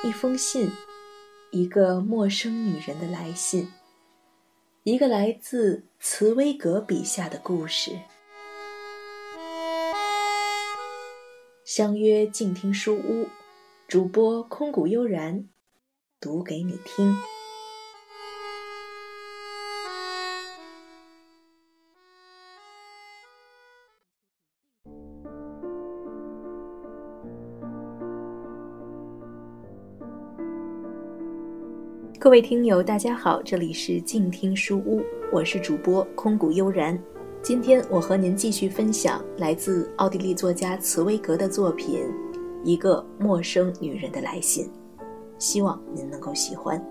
一封信，一个陌生女人的来信，一个来自茨威格笔下的故事。相约静听书屋，主播空谷悠然，读给你听。各位听友大家好，这里是静听书屋，我是主播空谷悠然。今天我和您继续分享来自奥地利作家茨威格的作品《一个陌生女人的来信》，希望您能够喜欢。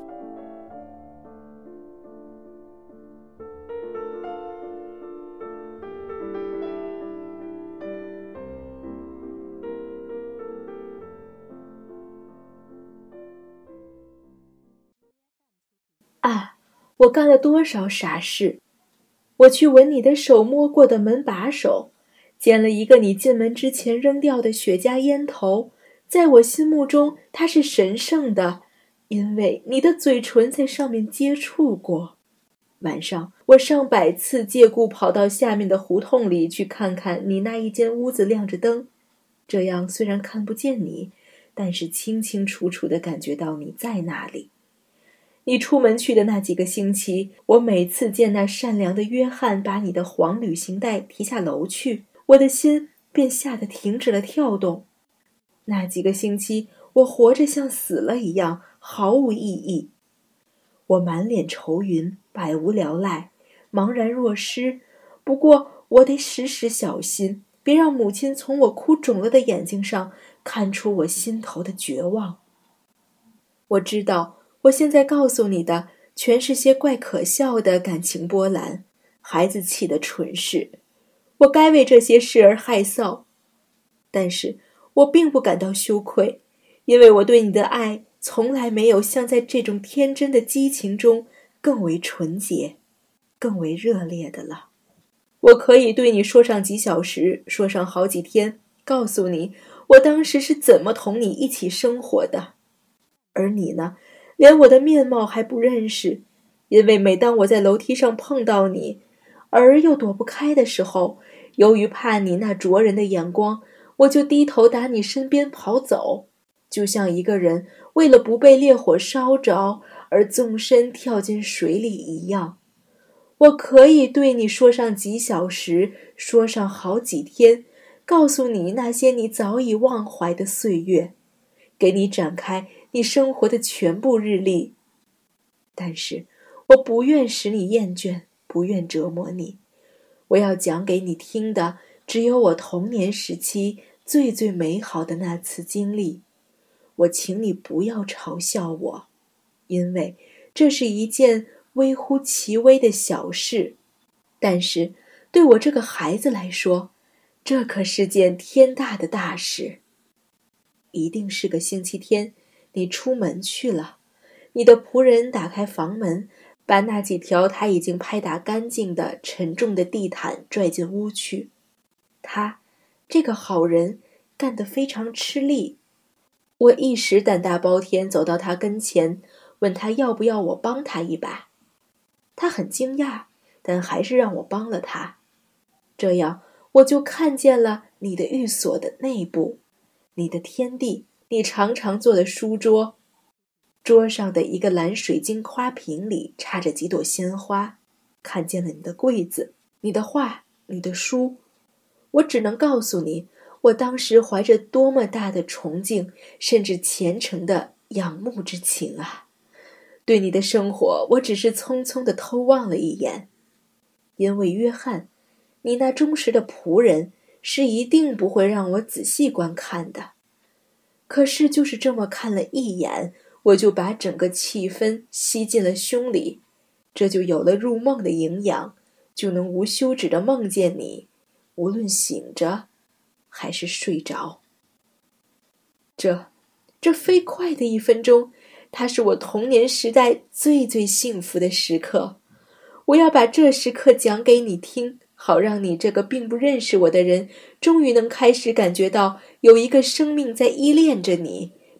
啊，我干了多少傻事！我去闻你的手摸过的门把手，捡了一个你进门之前扔掉的雪茄烟头，在我心目中它是神圣的，因为你的嘴唇在上面接触过。晚上我上百次借故跑到下面的胡同里去看看你那一间屋子亮着灯，这样虽然看不见你，但是清清楚楚地感觉到你在那里。你出门去的那几个星期，我每次见那善良的约翰把你的黄旅行袋提下楼去，我的心便吓得停止了跳动。那几个星期，我活着像死了一样，毫无意义。我满脸愁云，百无聊赖，茫然若失。不过我得时时小心，别让母亲从我哭肿了的眼睛上看出我心头的绝望。我知道我现在告诉你的全是些怪可笑的感情波澜，孩子气的蠢事，我该为这些事而害臊。但是我并不感到羞愧，因为我对你的爱从来没有像在这种天真的激情中更为纯洁，更为热烈的了。我可以对你说上几小时，说上好几天，告诉你我当时是怎么同你一起生活的。而你呢，连我的面貌还不认识，因为每当我在楼梯上碰到你，而又躲不开的时候，由于怕你那灼人的眼光，我就低头打你身边跑走，就像一个人为了不被烈火烧着而纵身跳进水里一样。我可以对你说上几小时，说上好几天，告诉你那些你早已忘怀的岁月，给你展开你生活的全部日历。但是我不愿使你厌倦，不愿折磨你。我要讲给你听的只有我童年时期最美好的那次经历。我请你不要嘲笑我，因为这是一件微乎其微的小事，但是对我这个孩子来说，这可是件天大的大事。一定是个星期天，你出门去了，你的仆人打开房门，把那几条他已经拍打干净的沉重的地毯拽进屋去。他，这个好人，干得非常吃力。我一时胆大包天，走到他跟前，问他要不要我帮他一把。他很惊讶，但还是让我帮了他。这样我就看见了你的寓所的内部，你的天地，你常常坐的书桌，桌上的一个蓝水晶花瓶里插着几朵鲜花，看见了你的柜子，你的画，你的书。我只能告诉你，我当时怀着多么大的崇敬，甚至虔诚的仰慕之情啊！对你的生活，我只是匆匆地偷望了一眼，因为约翰，你那忠实的仆人，是一定不会让我仔细观看的。可是就是这么看了一眼，我就把整个气氛吸进了胸里，这就有了入梦的营养，就能无休止地梦见你，无论醒着还是睡着。这飞快的1分钟，它是我童年时代最幸福的时刻。我要把这时刻讲给你听，好让你这个并不认识我的人，终于能开始感觉到有一个生命在依恋着你，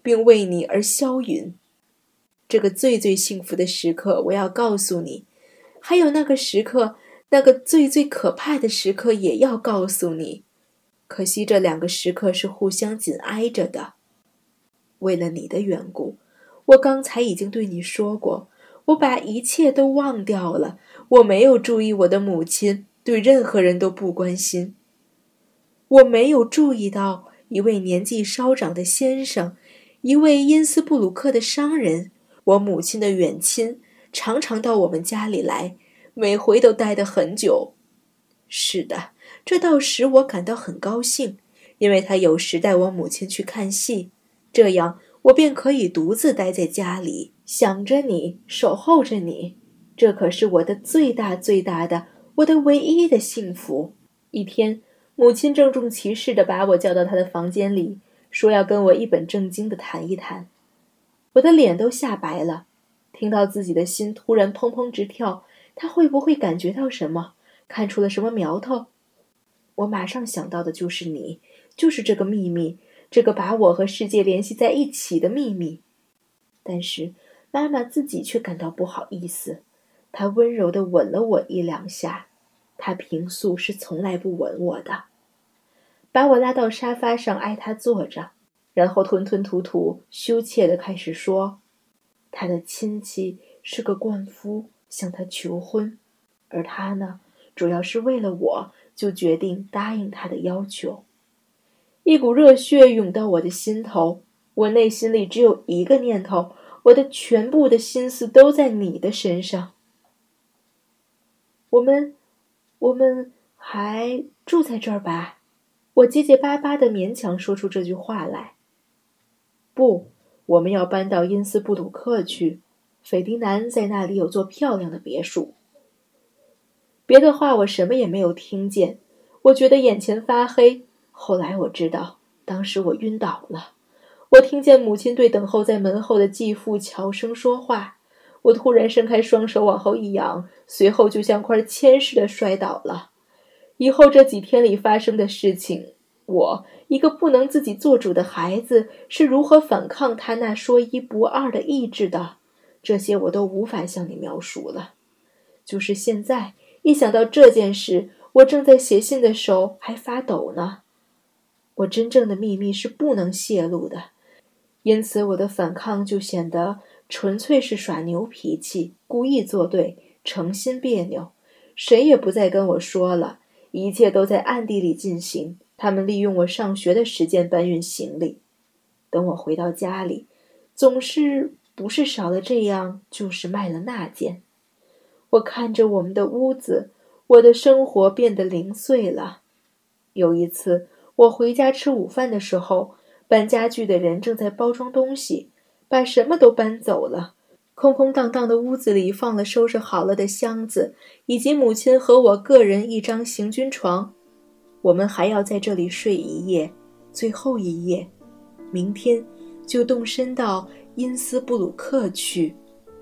并为你而消陨。这个最最幸福的时刻，我要告诉你，还有那个时刻，那个最最可怕的时刻也要告诉你。可惜这两个时刻是互相紧挨着的。为了你的缘故，我刚才已经对你说过，我把一切都忘掉了，我没有注意我的母亲，对任何人都不关心。我没有注意到一位年纪稍长的先生，一位因斯布鲁克的商人，我母亲的远亲，常常到我们家里来，每回都待得很久。是的，这倒使我感到很高兴，因为他有时带我母亲去看戏，这样我便可以独自待在家里，想着你，守候着你。这可是我的最大最大的，我的唯一的幸福。一天，母亲郑重其事地把我叫到她的房间里，说要跟我一本正经地谈一谈。我的脸都吓白了，听到自己的心突然砰砰直跳，她会不会感觉到什么，看出了什么苗头？我马上想到的就是你，就是这个秘密，这个把我和世界联系在一起的秘密。但是妈妈自己却感到不好意思，她温柔地吻了我一两下，她平素是从来不吻我的，把我拉到沙发上挨她坐着，然后吞吞吐吐羞怯地开始说，他的亲戚是个灌夫，向他求婚，而他呢，主要是为了我，就决定答应他的要求。一股热血涌到我的心头，我内心里只有一个念头，我的全部的心思都在你的身上。我们还住在这儿吧？我结结巴巴地勉强说出这句话来。不，我们要搬到因斯布鲁克去，斐迪南在那里有座漂亮的别墅。别的话我什么也没有听见，我觉得眼前发黑，后来我知道，当时我晕倒了。我听见母亲对等候在门后的继父悄声说话，我突然伸开双手往后一仰，随后就像块铅似的摔倒了。以后这几天里发生的事情，我一个不能自己做主的孩子是如何反抗他那说一不二的意志的，这些我都无法向你描述了。就是现在一想到这件事，我正在写信的手还发抖呢。我真正的秘密是不能泄露的，因此我的反抗就显得纯粹是耍牛脾气，故意作对，诚心别扭。谁也不再跟我说了，一切都在暗地里进行，他们利用我上学的时间搬运行李。等我回到家里，总是不是少了这样，就是卖了那件。我看着我们的屋子，我的生活变得零碎了。有一次，我回家吃午饭的时候，搬家具的人正在包装东西，把什么都搬走了。空空荡荡的屋子里放了收拾好了的箱子，以及母亲和我个人一张行军床。我们还要在这里睡一夜，最后一夜，明天就动身到因斯布鲁克去。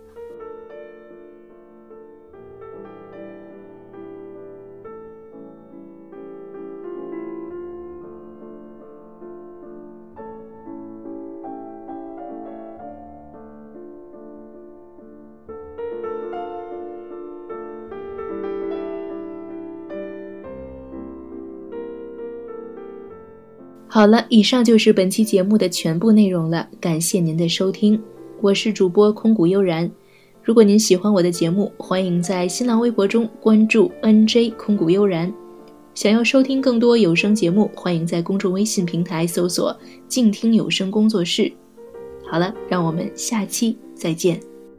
好了，以上就是本期节目的全部内容了，感谢您的收听，我是主播空谷悠然。如果您喜欢我的节目，欢迎在新浪微博中关注 NJ 空谷悠然。想要收听更多有声节目，欢迎在公众微信平台搜索静听有声工作室。好了，让我们下期再见。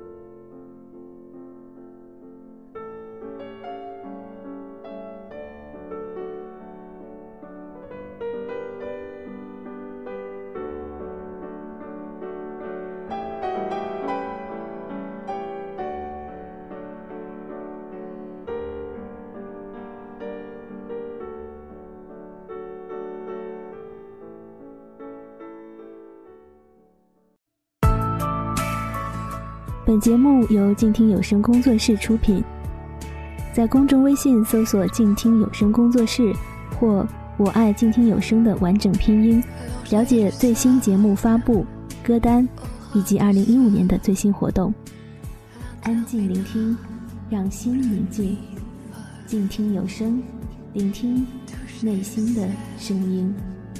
本节目由静听有声工作室出品，在公众微信搜索静听有声工作室或我爱静听有声的完整拼音，了解最新节目发布。 歌单以及2015年的最新活动。安静聆听，让心宁静，静听有声，聆听内心的声音。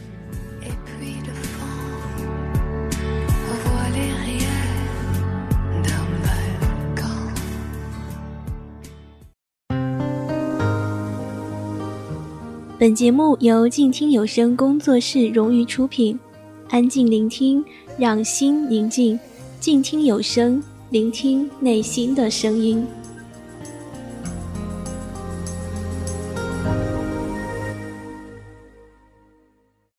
本节目由静听有声工作室荣誉出品，安静聆听，让心宁静，静听有声，聆听内心的声音。